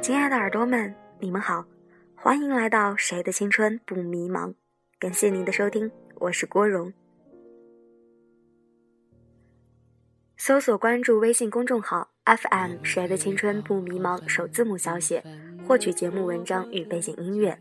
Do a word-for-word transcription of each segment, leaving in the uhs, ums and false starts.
亲爱的耳朵们，你们好，欢迎来到谁的青春不迷茫，感谢您的收听，我是郭荣。搜索关注微信公众号 F M 谁的青春不迷茫首字母小写，获取节目文章与背景音乐。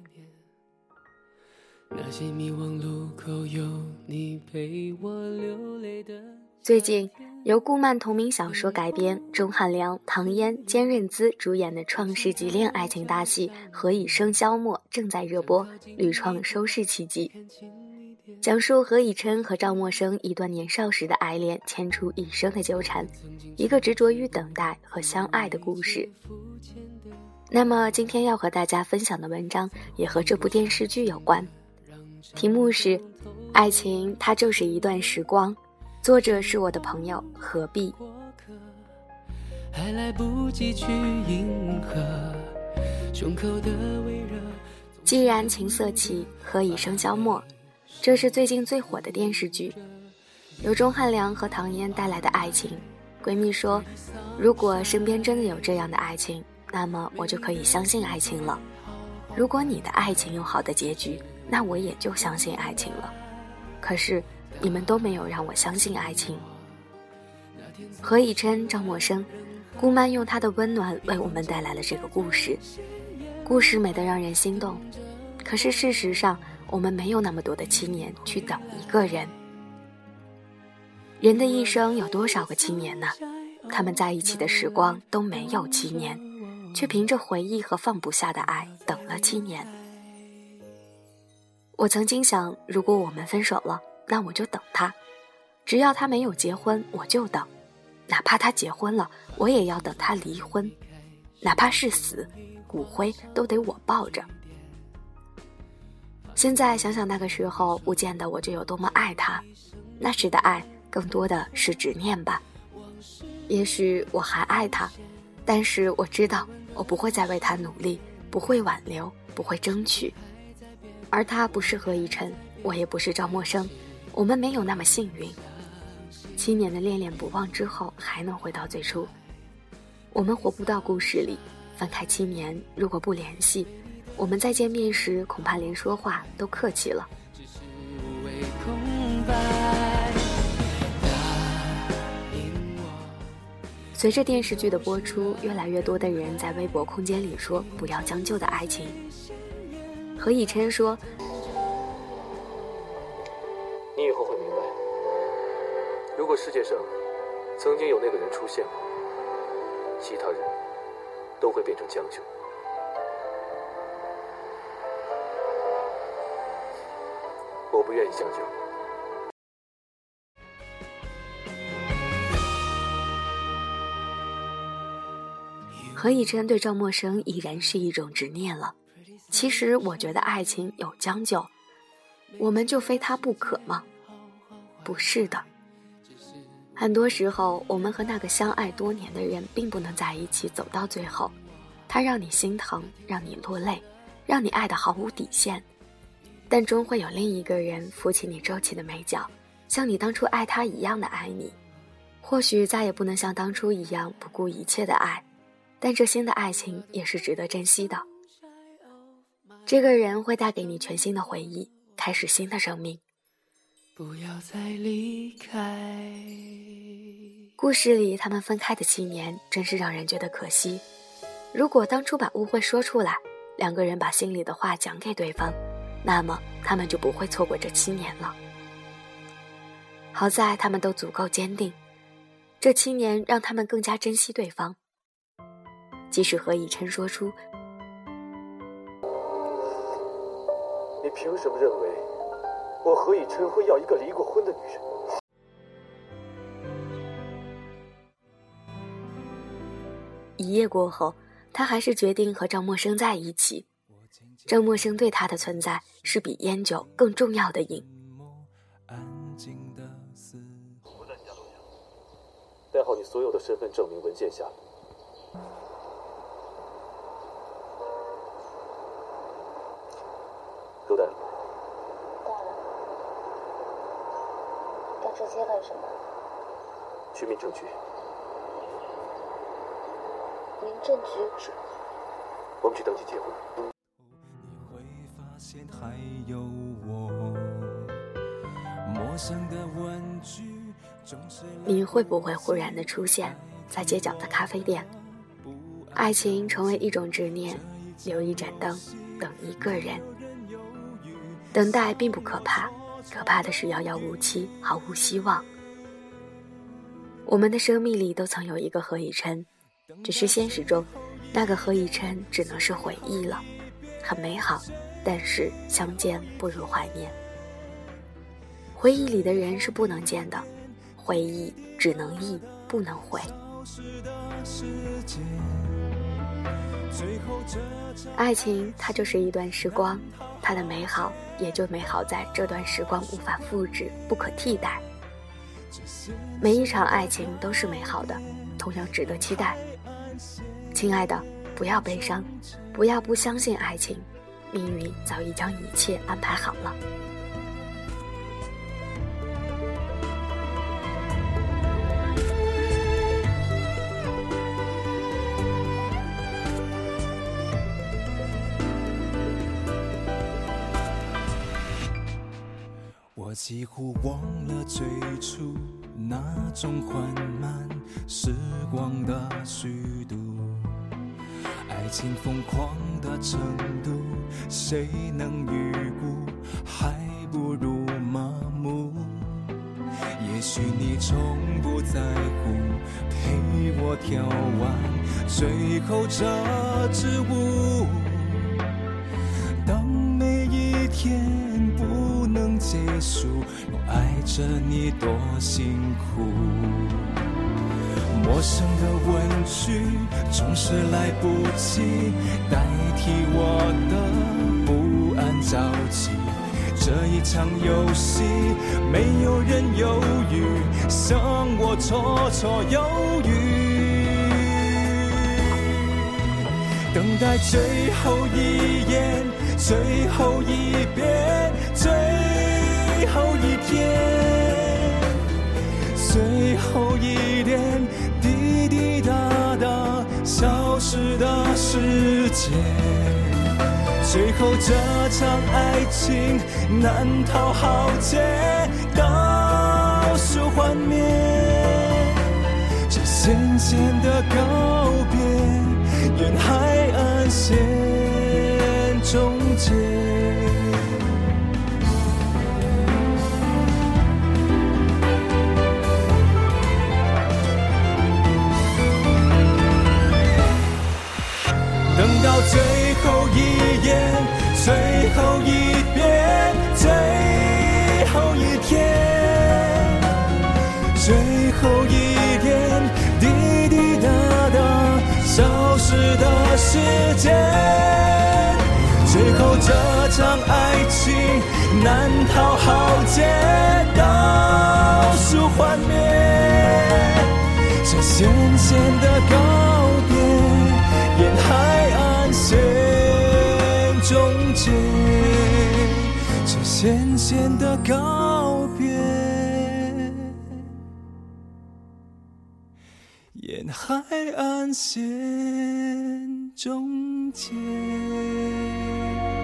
那些迷惘路口有你陪我流泪的。最近由顾漫同名小说改编，钟汉良、唐嫣、坚润姿主演的创世纪恋爱情大戏《何以笙箫默》正在热播，屡创收视奇迹。讲述何以琛和赵默笙一段年少时的爱恋牵出一生的纠缠，一个执着于等待和相爱的故事。那么今天要和大家分享的文章也和这部电视剧有关，题目是爱情它就是一段时光，作者是我的朋友何必。还来不及去迎合胸口的微热，既然情色起，何以笙箫默，这是最近最火的电视剧，由钟汉良和唐嫣带来的爱情。闺蜜说，如果身边真的有这样的爱情，那么我就可以相信爱情了。如果你的爱情有好的结局，那我也就相信爱情了。可是你们都没有让我相信爱情。何以琛、赵默笙，顾漫用她的温暖为我们带来了这个故事。故事美得让人心动，可是事实上我们没有那么多的七年去等一个人。人的一生有多少个七年呢？他们在一起的时光都没有七年，却凭着回忆和放不下的爱等了七年。我曾经想，如果我们分手了，那我就等他，只要他没有结婚我就等，哪怕他结婚了我也要等他离婚，哪怕是死，骨灰都得我抱着。现在想想那个时候，不见得我就有多么爱他，那时的爱更多的是执念吧。也许我还爱他，但是我知道我不会再为他努力，不会挽留，不会争取。而他不是何以琛，我也不是赵默笙，我们没有那么幸运。七年的恋恋不忘之后，还能回到最初。我们活不到故事里，分开七年，如果不联系，我们再见面时恐怕连说话都客气了。随着电视剧的播出，越来越多的人在微博空间里说不要将就的爱情。何以琛说， 你以后会明白，如果世界上曾经有那个人出现过，其他人都会变成将就。我不愿意将就。 何以琛对赵默笙已然是一种执念了。其实我觉得爱情有将就，我们就非他不可吗？不是的。很多时候我们和那个相爱多年的人并不能在一起走到最后，他让你心疼，让你落泪，让你爱得毫无底线，但终会有另一个人扶起你皱起的眉角，像你当初爱他一样的爱你。或许再也不能像当初一样不顾一切的爱，但这新的爱情也是值得珍惜的。这个人会带给你全新的回忆，开始新的生命。不要再离开。故事里他们分开的七年真是让人觉得可惜。如果当初把误会说出来，两个人把心里的话讲给对方，那么他们就不会错过这七年了。好在他们都足够坚定，这七年让他们更加珍惜对方。即使何以琛说出， 你凭什么认为我何以琛会要一个离过婚的女人？ 一夜过后，他还是决定和赵默笙在一起。赵默笙对他的存在是比烟酒更重要的瘾。 带好你所有的身份证明文件下来。都带了吗？ 带了。带这些干什么？ 去民政局。 民政局？ 是。 我们去登记结婚。 你会发现还有我，陌生的问句总是。 你会不会忽然的出现在街角的咖啡店？爱情成为一种执念，留一盏灯，等一个人。等待并不可怕，可怕的是遥遥无期，毫无希望。我们的生命里都曾有一个何以琛，只是现实中那个何以琛只能是回忆了，很美好，但是相见不如怀念。回忆里的人是不能见的，回忆只能忆不能回。爱情它就是一段时光，它的美好也就美好在这段时光无法复制，不可替代。每一场爱情都是美好的，同样值得期待。亲爱的，不要悲伤，不要不相信爱情，命运早已将一切安排好了。 我几乎忘了最初那种缓慢时光的虚度，爱情疯狂的程度，谁能预估？还不如麻木。也许你从不在乎，陪我跳完最后这支舞。当每一天不能结束，我爱着你多辛苦。陌生的问句总是来不及代替我的不安着急。这一场游戏没有人犹豫，像我绰绰有余。等待最后一眼，最后一遍，最后一天，最后一点滴滴答答消失的时间。最后这场爱情难逃浩劫，倒数幻灭，这渐渐的告别，沿海岸线终结。等到最后一眼，最后一遍，最后一天，最后一点滴滴答答消失的时间。最后这场爱情难逃浩劫，倒数幻灭，这渐渐的告别，沿海岸线终结，这渐渐的告别，沿海岸线终结。